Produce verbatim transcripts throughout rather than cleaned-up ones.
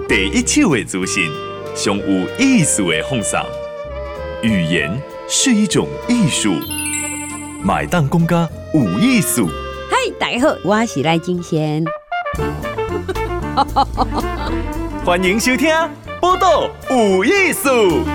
第一手的资讯，上有意思的放送。语言是一种艺术，买当讲甲有意思。 嗨，大家好，我是赖金贤。 欢迎收听《报道有意思》。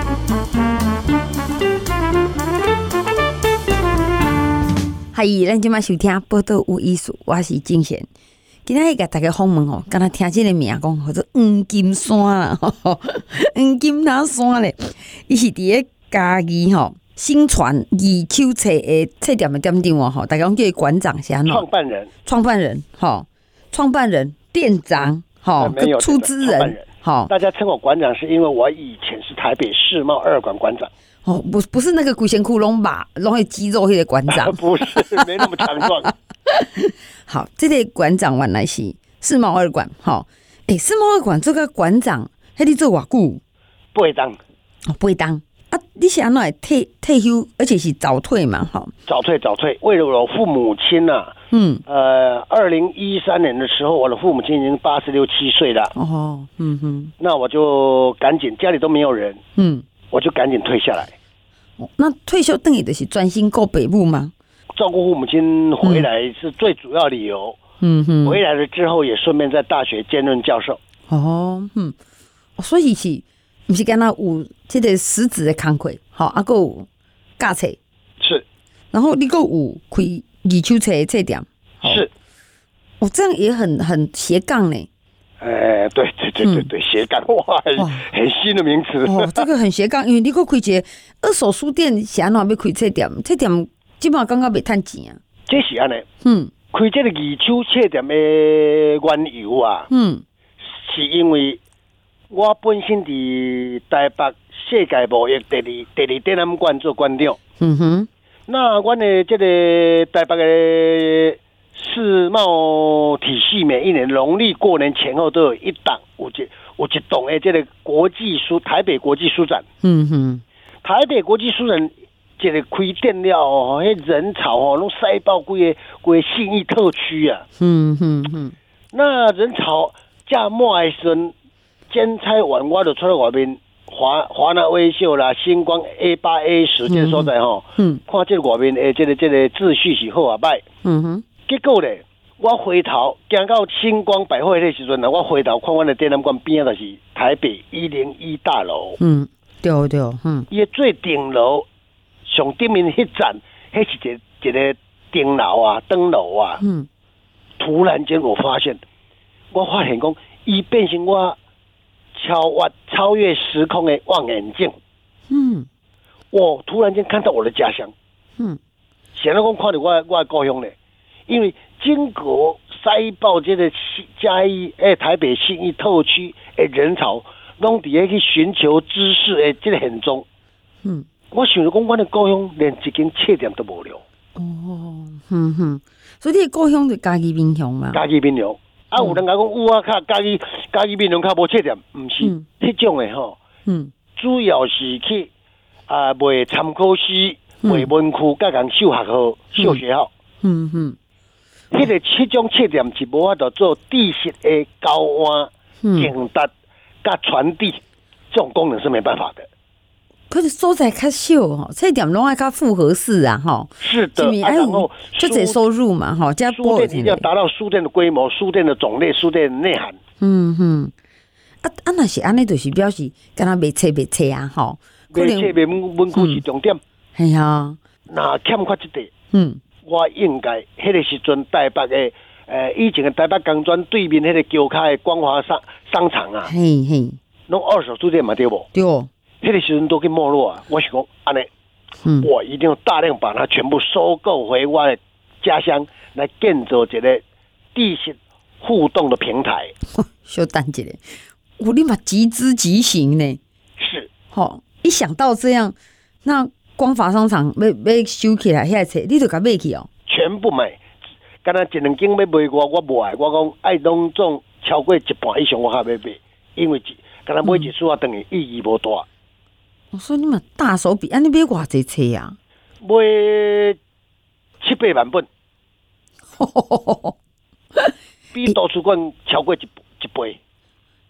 嗨，咱今麦收听《报道有意思》，我是金贤。今仔日甲大家访问吼，敢若听即个名讲，叫做黄金山啦，黄金塔山咧，伊是伫咧嘉义吼新传二手册的册店的店长哦，吼，大家讲叫伊馆长是安怎？ 创办人， 创办人，吼，创办人、店长，吼， 没有出资人， 好，大家称我馆长是因为我以前是台北世贸二馆馆长。 哦，不，不是那个龟仙窟窿吧，拢会肌肉迄个馆长， 不是，没那么强壮。 好，这个馆长原来是世贸二馆，吼，诶，世贸二馆这个馆长，迄你做偌久？ 不会当， 哦，不会当啊！你是安怎会退退休，而且是早退嘛，吼？ 早退，早退。为了我父母亲呐、啊，嗯，呃，二零一三年的时候，我的父母亲已经八十六七岁了。 哦，嗯哼， 那我就赶紧，家里都没有人，嗯，我就赶紧退下来。 哦、那退休等于就是专心顾北部吗？ 照顾父母亲回来是最主要理由。嗯哼，回来了之后也顺便在大学兼任教授。 哦，嗯，所以是不是敢若有这个实质的工课？好，啊，还有教册是，然后你还有开二手册的册店是， 哦，这样也很很斜杠呢。 呃，对对对对对，斜杠哇，很新的名词哦，这个很斜杠，因为你搁开一个二手书店，是安怎要开册店？册店基本上感觉袂趁钱啊。 这是安尼，嗯，开这个二手册店的缘由啊，嗯，是因为我本身伫台北世界贸易第二第二展览馆做馆长，嗯哼，那阮的这个台北的世贸体系每一年农历过年前后都有一档，有一有一档的这个国际书台北国际书展，嗯哼，台北国际书展这个开店了哦，迄人潮哦，拢塞爆规个规个信义特区啊，嗯哼哼，那人潮价末的时阵，剪彩完我就出来外面，华华纳微秀啦、星光 A 八 A 十这所在吼，嗯，看这外面的这个这个秩序是好啊歹，嗯哼。结果咧，我回头行到星光百货迄时阵呢，我回头看我的展览馆边仔就是台北一零一大楼。嗯， 对对，嗯， 伊最顶楼上顶面迄站，迄是一个一个顶楼啊，灯楼啊。嗯，突然间我发现，我发现讲，伊变成我超越超越时空的望远镜。嗯，我突然间看到我的家乡。嗯，显然讲看到我我的故乡咧。因为经过塞爆这个嘉义诶台北信义特区诶人潮，拢伫咧去寻求知识诶这个现状。嗯，我想着讲，我的故乡连一间册店都无了。 哦，哼哼，所以你的故乡是嘉义民雄嘛？ 嘉义民雄啊，有人讲讲，有啊，卡嘉义嘉义民雄卡无册店，唔是迄、嗯、种诶吼。嗯，主要是去啊卖参考书、卖文库、甲人秀学校、秀学校。嗯哼。迄个七种册店是无法度做地势的高弯、竞达、甲传递，这种功能是没办法的。 可是所在较少吼，册店拢爱较复合式啊，吼。 是的， 是啊、然后就这收入嘛，吼，加书店一定要达到书店的规模、书店的种类、书店的内涵。 嗯哼，啊啊，那是安尼，就是表示敢若卖册卖册啊，吼。 卖册卖文文库是重点。 系啊， 那欠缺这点，嗯。我应该迄个时阵台北的，呃，以前的台北工专对面迄个桥卡的光华商商场啊，嘿嘿，拢二手书店嘛对不？ 对， 迄个时阵都去没落啊。我想讲，安尼，嗯，我一定要大量把它全部收购回我的家乡，来建造一个地形互动的平台。 小等一下，我立马即知即行呢。 是， 好，一想到这样，那。光华商场要要收起来，遐册你就甲买去哦。 全部买，敢若一两斤要卖我，我无爱。我讲爱拢总超过一半以上，我还要买，因为敢若买一束啊，等于意义无大。 我说你嘛大手笔，安尼买偌济册啊？ 买七八万本，比图书馆超过一一倍。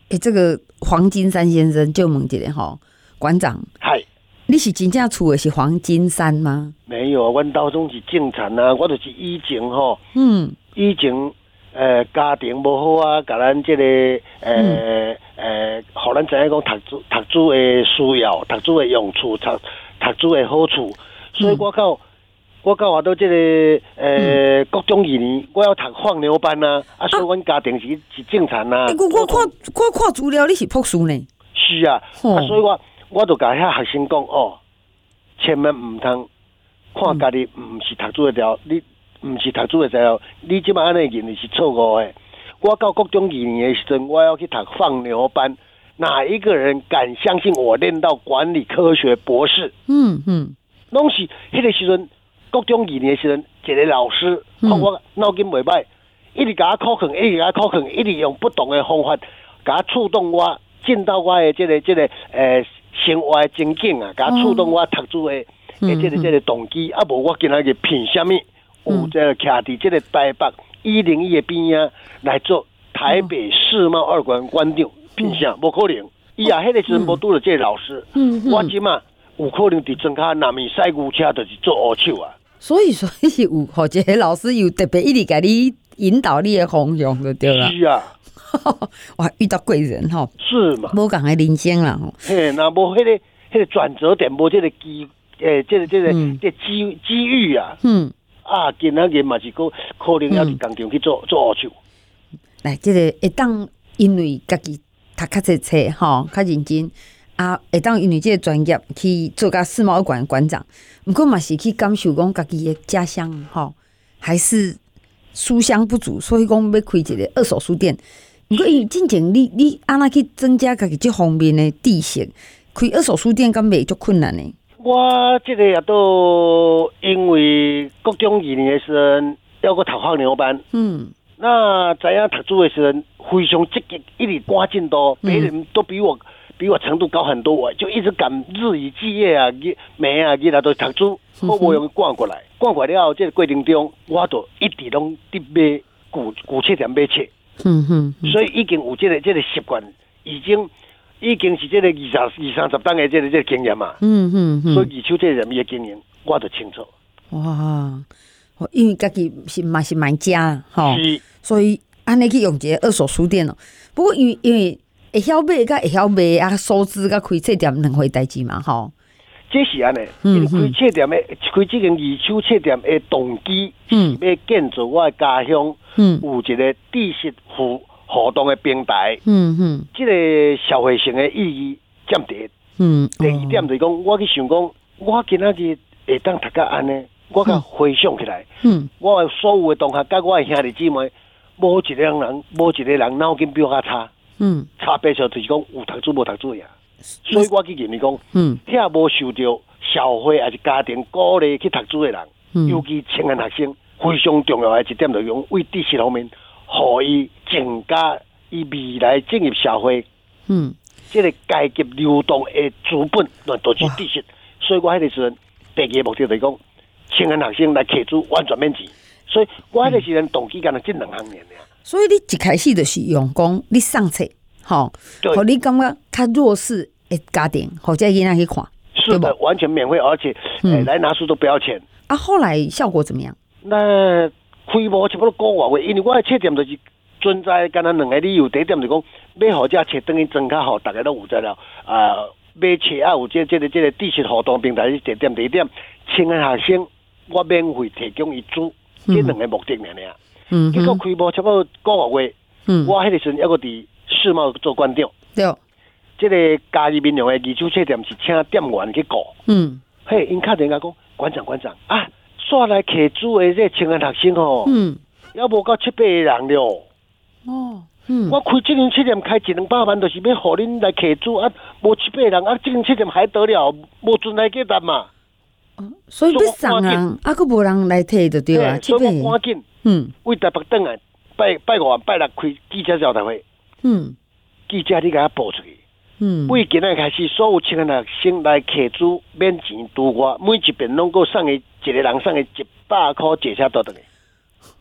诶、欸，这个黄金山先生就问一下吼，馆长， 嗨， 你是真正厝的是黄金山吗？ 没有，阮兜总是正常啊，我就是以前吼， 嗯， 以前呃家庭无好啊，甲咱这个呃呃，互咱知影讲读书读书的需要，读书的用处，读读书的好处，所以我到、嗯、我到我到这个呃国中二年，我要读放牛班啊，啊，所以阮家庭是是正常啊。 欸、我我看我看资料，你是博士呢？ 是啊，哦、啊，所以我我就甲遐学生讲哦，千万唔通看家己唔是读书的条，你唔是读书的条，你即摆安尼认为是错误的。我到国中二年的时阵，我要去读放牛班。哪一个人敢相信我练到管理科学博士？嗯嗯，拢是迄个时阵，国中二年的时阵，一个老师看我脑筋袂歹，一直甲我考训，一直甲我考训，一直用不同的方法，甲我触动我，进到我的这个这个呃生活的情景啊，甲我触动我读书的诶这个这个动机。啊，无我今仔日凭什么有这个徛伫这个台北一零一的边啊来做台北世贸二馆馆长？凭啥？无可能！伊啊，迄个时阵无拄着这个老师，嗯嗯、我即嘛有可能伫庄脚南面驶牛车，就是做乌手啊。 所以，所以有或者老师有特别一直甲你引导你的方向就对了。 是啊， 哇，遇到贵人吼， 是嘛？ 无共的人生啦吼。 嘿，那无迄个迄个转折点，无这个机诶，这个这个这机机遇啊。嗯。啊，今仔日嘛是个可能要去工厂去做做乌手。 来，这个会当因为家己。读较侪册吼，较认真啊，会当因为这个专业去做甲世贸馆馆长，毋过嘛是去感受讲家己的家乡吼，还是书香不足，所以讲要开一个二手书店。毋过因为之前你你安那去增加家己这方面的知识，开二手书店敢袂足困难呢？ 我这个也都因为国中二年的时阵，要个读放牛班，嗯。那知影读书的时候非常积极，一直赶进度，别人都比我比我程度高很多，我就一直赶日以继夜啊，每啊日来都读书，好无容易赶过来，赶过来了后，这个过程中，我就一直拢伫买古古册店买册，嗯哼，所以已经有这个这个习惯，已经已经是这个二三二三十档的这个这个经验嘛，嗯哼，所以二手这人的经验，我就清楚。 哇，因为家己是嘛是买家吼。所以安尼去用一个二手书店哦。不过因为因为会晓买甲会晓卖啊，收支甲开册店两回代志嘛吼。 这是安尼，因为开册店的开这间二手册店的动机是要建造我的家乡，嗯，有一个知识互互动的平台。嗯嗯，这个社会性的意义占第一。嗯，第二点就是讲，我去想讲，我今仔日会当读甲安尼，我甲回想起来，嗯，我所有的同学甲我的兄弟姊妹。无一个人，无一个人脑筋比我较差。嗯，差别就就是讲有读书无读书呀。所以我去认为讲，嗯，遐无受到社会还是家庭鼓励去读书的人，嗯、尤其青年学生，非常重要的一点就是讲，为知识方面，互伊增加伊未来进入社会，嗯，这个阶级流动的资本，那都是知识。所以我迄个时阵，第二个目的就是讲，青年学生来摕书完全免钱。所以我迄个时阵动机干了这两行年尔。 所以你一开始就是用讲你送册，吼，互你感觉较弱势的家庭，或者囡仔去看， 是的，完全免费，而且、嗯欸、来拿书都不要钱。 啊，后来效果怎么样？ 那开幕差不多个月，因为我的册店就是存在干那两个理由，第一点就是讲，买好这册等于增加好，大家都有在了啊，买册啊有这这个这个知识互动平台是第一点，第一点，青年学生我免费提供伊书。这两个目的尔尔，嗯，结果开幕差不多个月，嗯，我迄个时阵还阁伫世贸做馆长，对，这个嘉义民用的二手册店是请店员去顾，嗯，嘿，因敲电话讲，馆长馆长啊，煞来摕书的这青年学生吼，嗯，要无到七八个人了，哦，嗯，我开这间册店开一两百万，就是要互恁来摕书啊，无七八个人啊，这间册店还得了，无存来价值嘛。 所以要送人，啊，佫无人来摕就对啊。 所以我赶紧，嗯，为台北转来，拜拜五拜六开记者招待会，嗯，记者你甲我报出去，嗯，为今仔开始，所有青年学生来摕书免钱拄我，每一遍拢够送伊一个人送伊一百块坐车倒转去。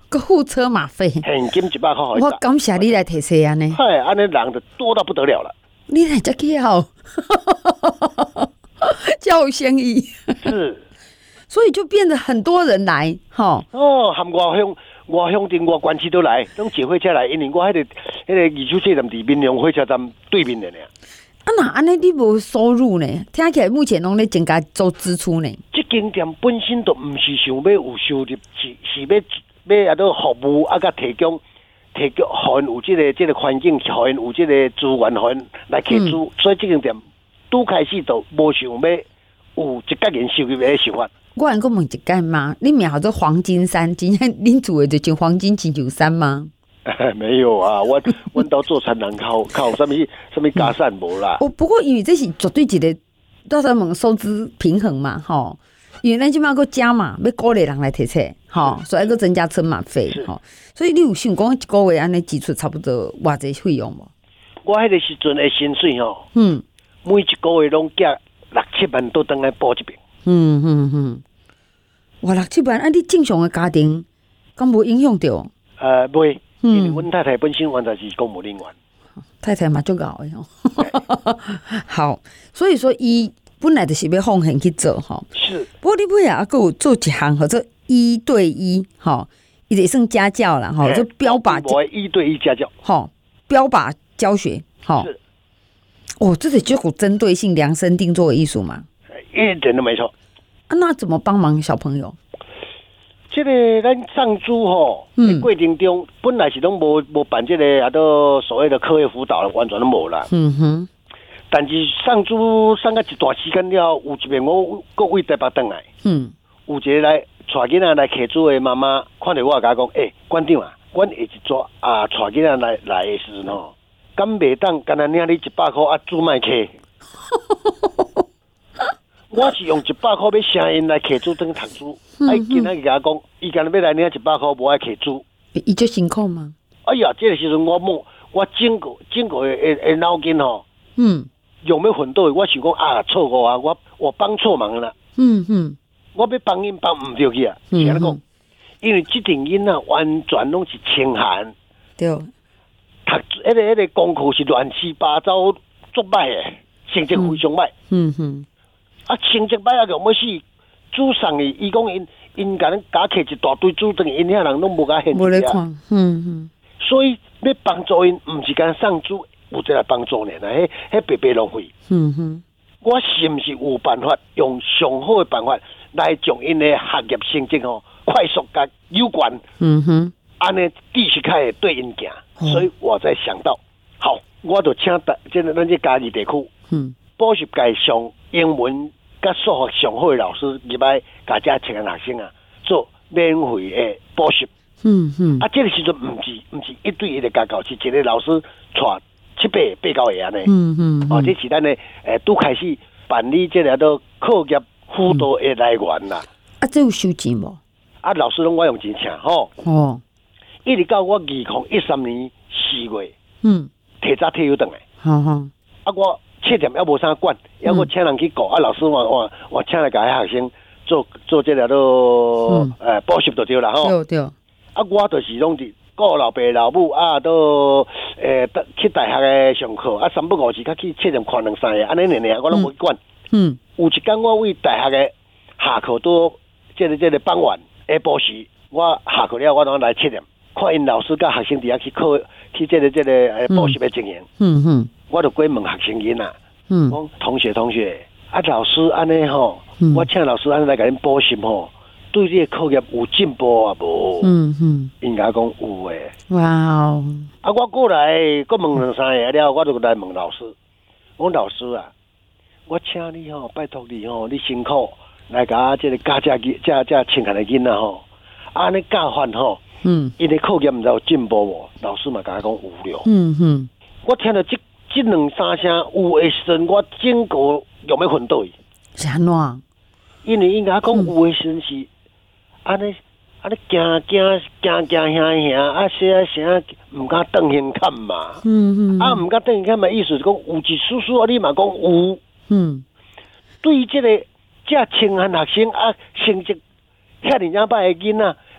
个付车马费， 现金一百块。 我感谢你来提示安尼。 嗨，安尼人就多到不得了了。 你来遮巧，叫有生意。 是， 所以就变得很多人来，哈。 哦，含外乡、外乡镇、外关市都来，拢坐火车来，因为我迄、那个、迄、那个二手车站伫民用火车站对面的呢。 啊，那安尼你无收入呢？听起来目前拢咧增加做支出呢。 这间店本身都毋是想要有收入，是是要要啊，都服务啊，甲提供提供，互因有这个这个环境，互因有这个资源，互因来客租、嗯。所以这间店拄开始都无想要有一角人收入的想法。 我还讲问一解吗？你名叫做黄金山，今天恁住的就叫黄金请求山吗？ 没有啊，我我到做餐人靠靠什么什么加善无啦。 哦，不过因为这是绝对一个到时问收支平衡嘛，吼。因为咱即摆个加嘛，要鼓励人来提车，吼，所以个增加车马费，吼。所以你有想讲一个月安尼支出差不多偌济费用无？ 我迄个时阵的薪水吼， 嗯， 每一个月拢加六七万都当来补一遍。 嗯嗯嗯，哇，六七万，啊，你正常的家庭，敢无影响到？ 呃，袂。因为阮太太本身原来是公务人员， 太太嘛就搞的哦。好，所以说伊本来就是要奉献去做哈。 是。 不过你尾啊，还有做一项或者一对一哈，伊得算家教啦哈，就标靶。 我一对一家教。 哈，标靶教学哈。是。哦，这是就有针对性量身定做的艺术嘛？ 一点都没错。 啊，那怎么帮忙小朋友？ 这个咱上珠吼，嗯，过程中本来是拢无无办这个啊，都所谓的课业辅导了，完全都无啦。嗯哼。但是上珠上个一段时间了，有一遍我各位台北登来，嗯，有一个来带囡仔来客租的妈妈，看到我甲讲，诶、欸，馆长啊，阮下一组啊带囡仔来来的时阵吼，敢袂当干那领你一百块啊，租卖客。我是用一百块要声音来客租当读书，哎、嗯，今仔日甲讲，伊今日要来领一百块，无爱客租。 伊就辛苦吗？ 哎呀，这个时阵我摸我整个整个诶诶脑筋吼，嗯，有没有混到？我想讲啊，错误啊，我我帮错忙了。嗯嗯，我要帮因帮唔对去啊，是安尼讲，因为这阵囡仔完全拢是清寒， 对， 读迄个迄个功课是乱七八糟作歹诶，成绩非常歹。嗯哼。啊，成绩歹啊，用要死，煮送伊，伊讲因因甲咱加起一大堆煮，等因遐人拢无甲现无咧看，嗯嗯。 所以要帮助因，毋是干送煮，有在来帮助呢，迄迄白白浪费。嗯哼。我是毋是有办法用上好的办法来将因的学业成绩吼快速甲有关？嗯哼。安尼继续开对因行，嗯、所以我才想到，好，我就请大即个咱这嘉义地区，嗯，补习界上英文。甲数学上好的老师入来，甲遮青年学生啊做免费的补习。嗯嗯。啊，这个时阵毋是毋是一对一的家教，是一个老师带七八八九个安尼。嗯嗯。哦，这是咱的诶，拄开始办理这个都课业辅导的来源啦。 啊，这有收钱无？ 啊，老师拢我用钱请吼。哦。一直到我二零一三年四月，嗯，提早退休转来。好好。啊，我。册店还无啥管，还我请人去顾、嗯、啊。老师我我我请来甲迄学生做做这个都诶补习就对啦吼。对对。啊，我就是拢是顾老爸老母啊，都诶、呃、去大学诶上课啊，三不五时较去册店看两三个，安尼尔尔我拢无管。嗯。有一天我为大学诶下课都这个这个傍晚下晡时，我下课了我当来册店看因老师甲学生伫遐去课去这个这个诶补习诶情形。嗯嗯。我就过问学生囡仔，嗯，讲同学同学，啊老师安尼吼，嗯、我请老师安尼来甲恁补习吼，对你的课业有进步啊无？嗯嗯，应该讲有诶。哇哦！啊，我过来，过问两三个了，我就来问老师，我老师啊，我请你吼，拜托你吼，你辛苦来甲这个教这这这清闲的囡仔吼，安尼教法吼，嗯，因的课业毋知有进步无？老师嘛甲我讲有了。嗯哼，我听到这。这两三声有的时阵，我整个用要昏倒去。 是安怎？ 因为应该讲有的时阵是安尼安尼惊惊惊惊吓吓，啊写写唔敢瞪眼看嘛。嗯嗯。啊唔敢瞪眼看嘛，意思是讲有一叔叔，你嘛讲有。嗯。对于这个这清寒学生啊，成绩遐尔样歹的囡仔，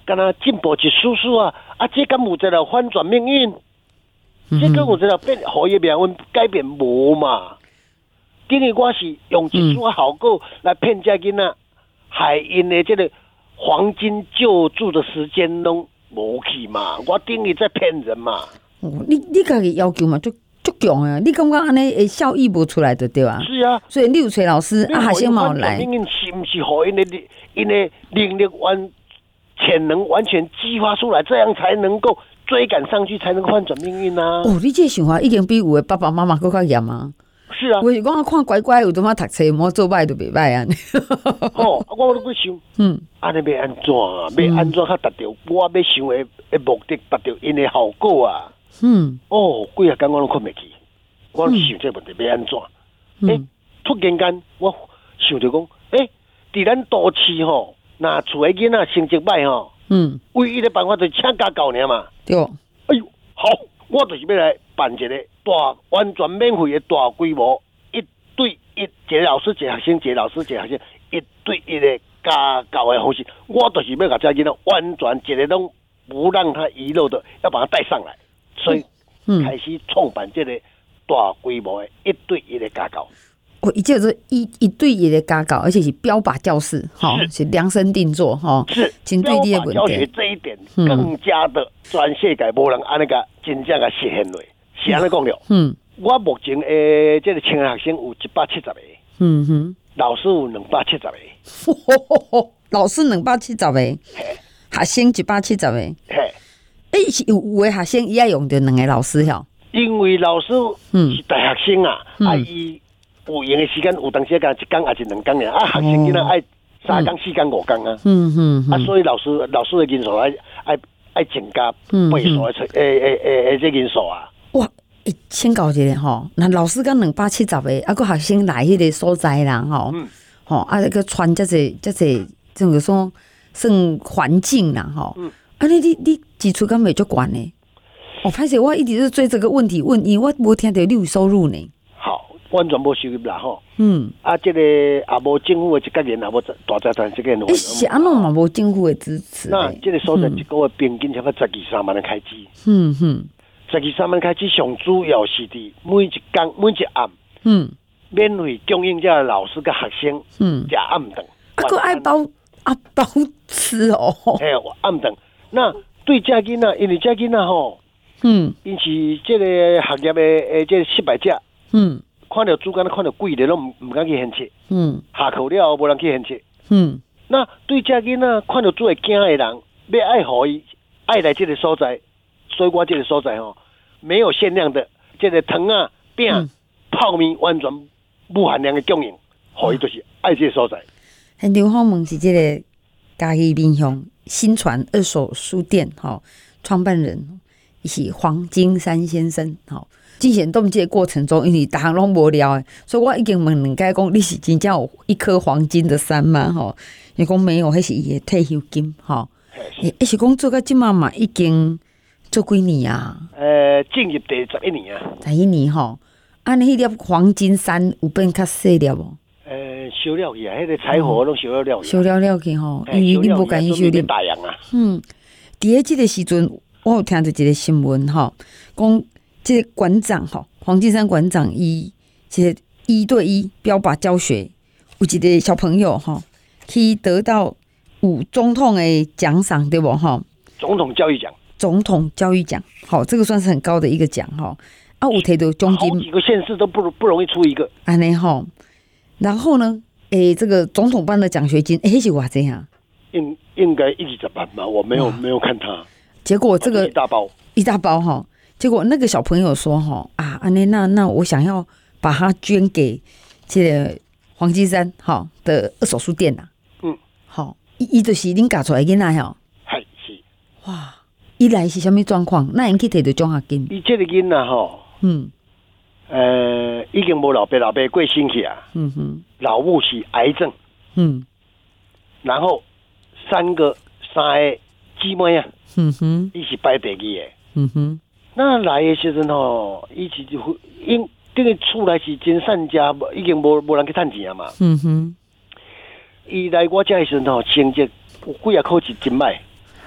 敢若进步一丝丝啊，啊，这敢有一个反转命运？嗯、这敢有一个变，互伊命运改变无嘛？等于我是用一束好果来骗这囡仔，害因的这个黄金救助的时间拢无去嘛？我等于在骗人嘛？ 哦，你你家己要求嘛，就足强啊！你感觉安尼效益无出来的对吧？ 是啊， 所以你有找老师啊，学生嘛有来。 命运是不是互因的因的能力完潜能完全激发出来，这样才能够追赶上去，才能够翻转命运啊！ 哦，你这想法已经比有的爸爸妈妈更较严啊！ 是啊， 我是讲看乖乖有怎么读册，莫做歹就袂歹啊！ 哦，我都去想，嗯，安尼要安怎啊？要安怎较达到我要想的的目的，达到因的效果啊？嗯，哦，几下间我拢困袂去，我想这问题要安怎？诶、嗯欸，突然间我想着讲，诶、欸，伫咱都市吼，那厝的囡仔成绩歹吼，嗯，唯一的办法就是请家教尔嘛。 对。 哎呦，好，我就是要来办一个大完全免费的大规模一对一，一个老师一个学生，一个老师一个学生，一对一的家教的方式。我就是要把这囡仔完全一个拢不让他遗漏的，要把他带上来。所以开始创办这个大规模的一对一的家教。 哦，伊这是一一对一的家教，而且是标靶教室，哈，是量身定做，哈， 是针对你的问题。 教学这一点更加的全世界无人安尼个真正个实现落，是安尼讲了。嗯，我目前诶，这个青学生有一百七十个，嗯哼，老师有两百七十个， 老师两百七十个，学生一百七十个，嘿。诶、欸，是有有的学生伊爱用着两个老师吼， 因为老师是大学生啊，嗯、啊伊有用的时间有当时间一天还是两天尔，啊学生囡仔爱三天、四天、五天啊，嗯嗯，啊所以老师老师的人数爱爱爱增加倍数的诶诶诶诶这人数啊。 哇，诶，请教一下吼，那老师讲两百七十个，啊个学生来迄个所在啦吼，嗯，吼啊那个穿遮济遮济，这种说算环境啦吼，嗯。啊！你你你支出敢袂足悬呢？哦，歹势，我一直是追这个问题问，因为我无听到你有收入呢。 好，完全无收入啦吼。嗯。啊，这个也无政府的一个人，也无大财团这个人。 诶，是安怎嘛无政府的支持？ 那这个所在一个月平均差不多十二三万的开支。嗯哼。十二三万开支上主要是伫每一工每一暗，嗯，免费供应这老师跟学生，嗯，食暗顿。 啊，个爱包啊包吃哦。 嘿，暗顿。那对这囡仔，因为这囡仔吼，嗯，因是这个行业的诶，这个失败者，嗯，看到主干看到贵的，拢唔唔敢去献切，嗯，下课了无人去献切，嗯，那对这囡仔看到做会惊的人，要爱互伊爱来这个所在，所以我这个所在吼，没有限量的，这个糖啊、饼、嗯、泡面完全无限量的供应，互伊就是爱这个所在。 刘芳问是这个嘉义民雄新传二手书店哈创办人是黄金山先生哈。进行动这个过程中，因为大家拢无聊诶，所以我已经问两届讲，你是真正有一颗黄金的山吗？吼，伊讲没有，迄是伊的退休金哈。伊是讲做到即嘛嘛，已经做几年啊？ 呃，进入第十一年啊。 十一年吼，啊，你迄粒黄金山有变较细粒无？ 呃，烧了去啊，迄个柴火拢烧了了去。 烧了了去吼，因为你无敢伊修理。 大洋啊。 嗯，伫咧即个时阵，我有听到一个新闻吼，讲这个馆长吼，黄金山馆长伊这个一对一标靶教学，有一个小朋友吼，去得到五总统的奖赏，对不吼？ 总统教育奖。 总统教育奖，好，这个算是很高的一个奖哈。啊，有摕到奖金， 好几个县市都不不容易出一个。 安尼吼，然后呢，诶、欸，这个总统颁的奖学金，诶、欸，是偌济啊？ 应应该一二十万吧，我没有没有看他。 结果这个一大包， 一大包哈。结果那个小朋友说哈啊，安尼那那我想要把它捐给这个黄金山哈的二手书店呐。嗯，好，伊伊就是恁教出来囡仔吼。 系是。 哇，伊来是啥物状况？那因去摕到奖学金？ 伊这个囡仔吼，嗯，呃，已经无老爸老爸过身去啊。嗯哼，老母是癌症。嗯，然后三个三个姊妹啊。嗯哼，伊是排第二个。嗯哼。那来的时阵吼，伊是因这个厝内是真善家，已经无无人去趁钱啊嘛。嗯哼，伊来我这的时阵吼，成绩有几啊考试真歹，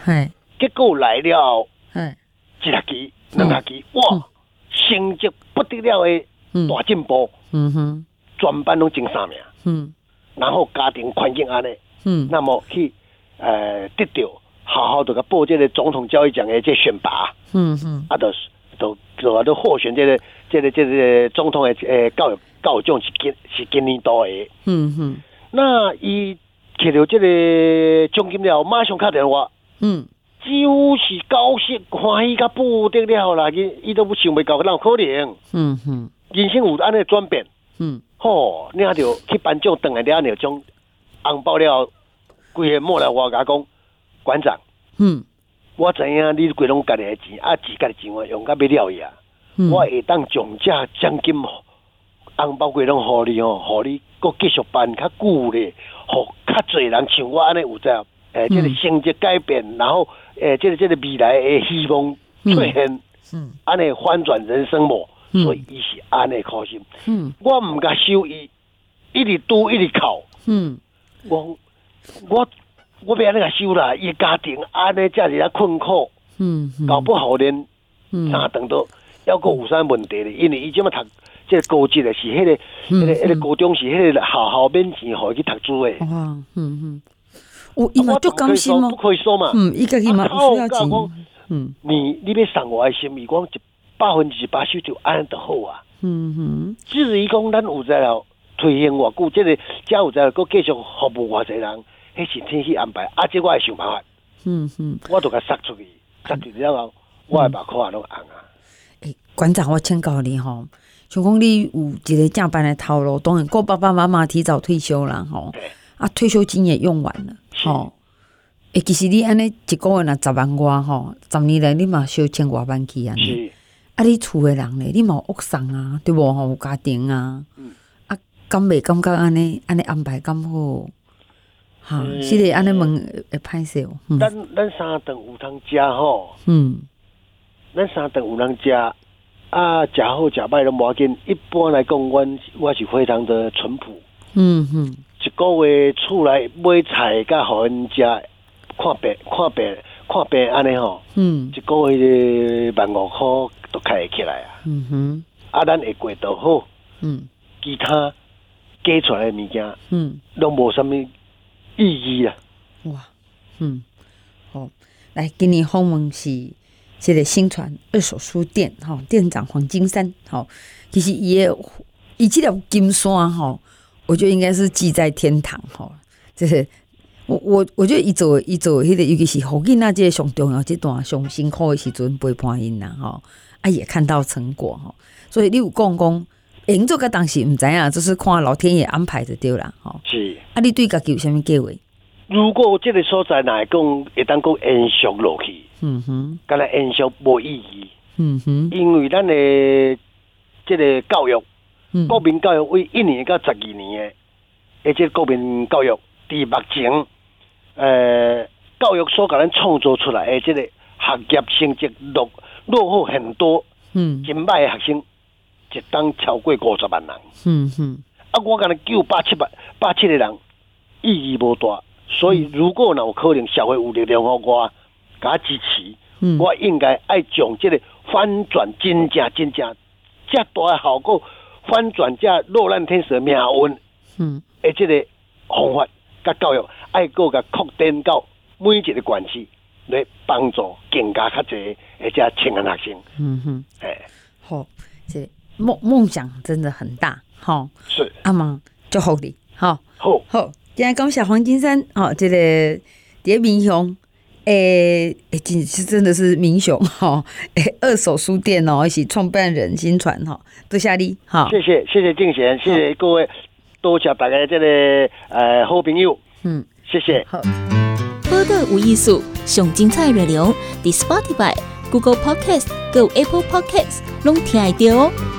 结果来了，一学期、两学期，哇，成绩不得了的大进步，嗯哼，全班拢前三名，嗯，然后家庭环境安尼，嗯，那么去呃得到好好的个报这个总统教育奖的这选拔，嗯哼，啊，都都都都获选这个这个这个总统的呃教育教育奖是今是今年度的，嗯哼，那伊摕到这个奖金了，马上打电话，嗯。就是高兴欢喜甲不得了啦！伊伊都不想袂到，哪有可能？嗯哼，人生有安尼转变。嗯，吼，领到去颁奖，等来了了奖红包了，规个莫来我甲讲，馆长，嗯，我知影你规拢家己的钱，啊，自家的钱我用甲要了呀，嗯、我会当将这奖金红包规拢互你哦，互你搁继续办较久咧，互较侪人像我安尼有在。诶，这个成绩改变，然后诶，这个这个未来的希望出现，嗯，安尼翻转人生无，所以伊是安尼开心。嗯，我唔甲收伊，一直拄一直考。嗯，我我我要安尼甲收啦，伊家庭安尼遮尔啊困苦，嗯，搞不好连三顿都要个有啥问题咧，因为伊即马读这个高职的是迄个，迄个迄个高中是迄个学校免钱互伊去读书诶。哇，嗯嗯。 我伊嘛就甘心吗？ 不可以说嘛。 嗯，伊个伊嘛不需要钱。 嗯，你你要送我的心意，讲一百分之八十就安就好啊。嗯哼。至于讲咱有在了推行偌久，这个加有在个继续服务偌济人，迄是天气安排，啊，这我会想办法。嗯哼。我都甲塞出去，塞出去了后，我的目眶也拢红啊。 诶，馆长，我请教你吼，像讲你有一个正班的头路，当然够爸爸妈妈提早退休啦，吼。啊，退休金也用完了。吼，诶，其实你安尼一个月若十万外吼，十年来你嘛烧千外万去安尼。啊，你厝诶人咧，你嘛有屋送啊，对无吼？有家庭啊，嗯、啊，敢袂感觉安尼安尼安排敢好？哈，是咧，安尼问会歹势哦。 咱咱三顿有通食吼，嗯，咱三顿有通食，啊，食好食歹拢无要紧。一般来讲，阮我是非常的淳朴。嗯哼。一个月厝内买菜，甲互因食，看病、看病、看病安尼吼。嗯。一个月万五块都开会起来啊。嗯哼。啊，咱会过得好。嗯。其他加出来的物件，嗯，拢无啥物意义啦。哇。 嗯。好，来，今年访问是这个新传二手书店，吼，店长黄金山，吼，其实伊的伊这条金山，吼。我觉得应该是记在天堂哈，就是我我我觉得伊做伊做迄个，尤其是后囡仔这个上重要这段上辛苦的时阵陪伴因啦哈，啊也看到成果哈，所以你有讲讲，营做个当时唔知影，就是看老天爷安排就对啦哈。 是。 啊，你对家己有啥物计划？ 如果这个所在哪讲会当讲延续落去，嗯哼，敢若延续无意义，嗯哼，因为咱的这个教育。嗯、国民教育为一年到十二年的，而且国民教育伫目前，呃，教育所甲咱创造出来的这个学业成绩落落后很多，嗯，真歹的学生一当超过五十万人，嗯哼，啊，我敢若救百七百百七个人，意义无大，所以如果若有可能社会有力量，我甲支持，嗯、我应该爱将这个翻转真正真正遮大的效果。翻转这落难天使的命运，嗯，而这个方法甲教育，爱个甲扩展到每一个县市，来帮助更加较侪而且青年学生。嗯哼，哎， 好，这梦梦想真的很大，好， 是阿妈祝福你，好， 好， 好，今天感谢黄金山，好，这个蝶民雄。诶、欸，真是真的是民雄哈，诶、欸，二手书店哦，一起创办人新传哈，多谢你哈， 谢谢谢谢敬贤，谢谢各位，多谢大家这个呃好朋友，嗯，谢谢。好， 报道有艺术，上精彩内容，伫 Spotify、Google Podcast、Go Apple Podcast 拢听得到哦。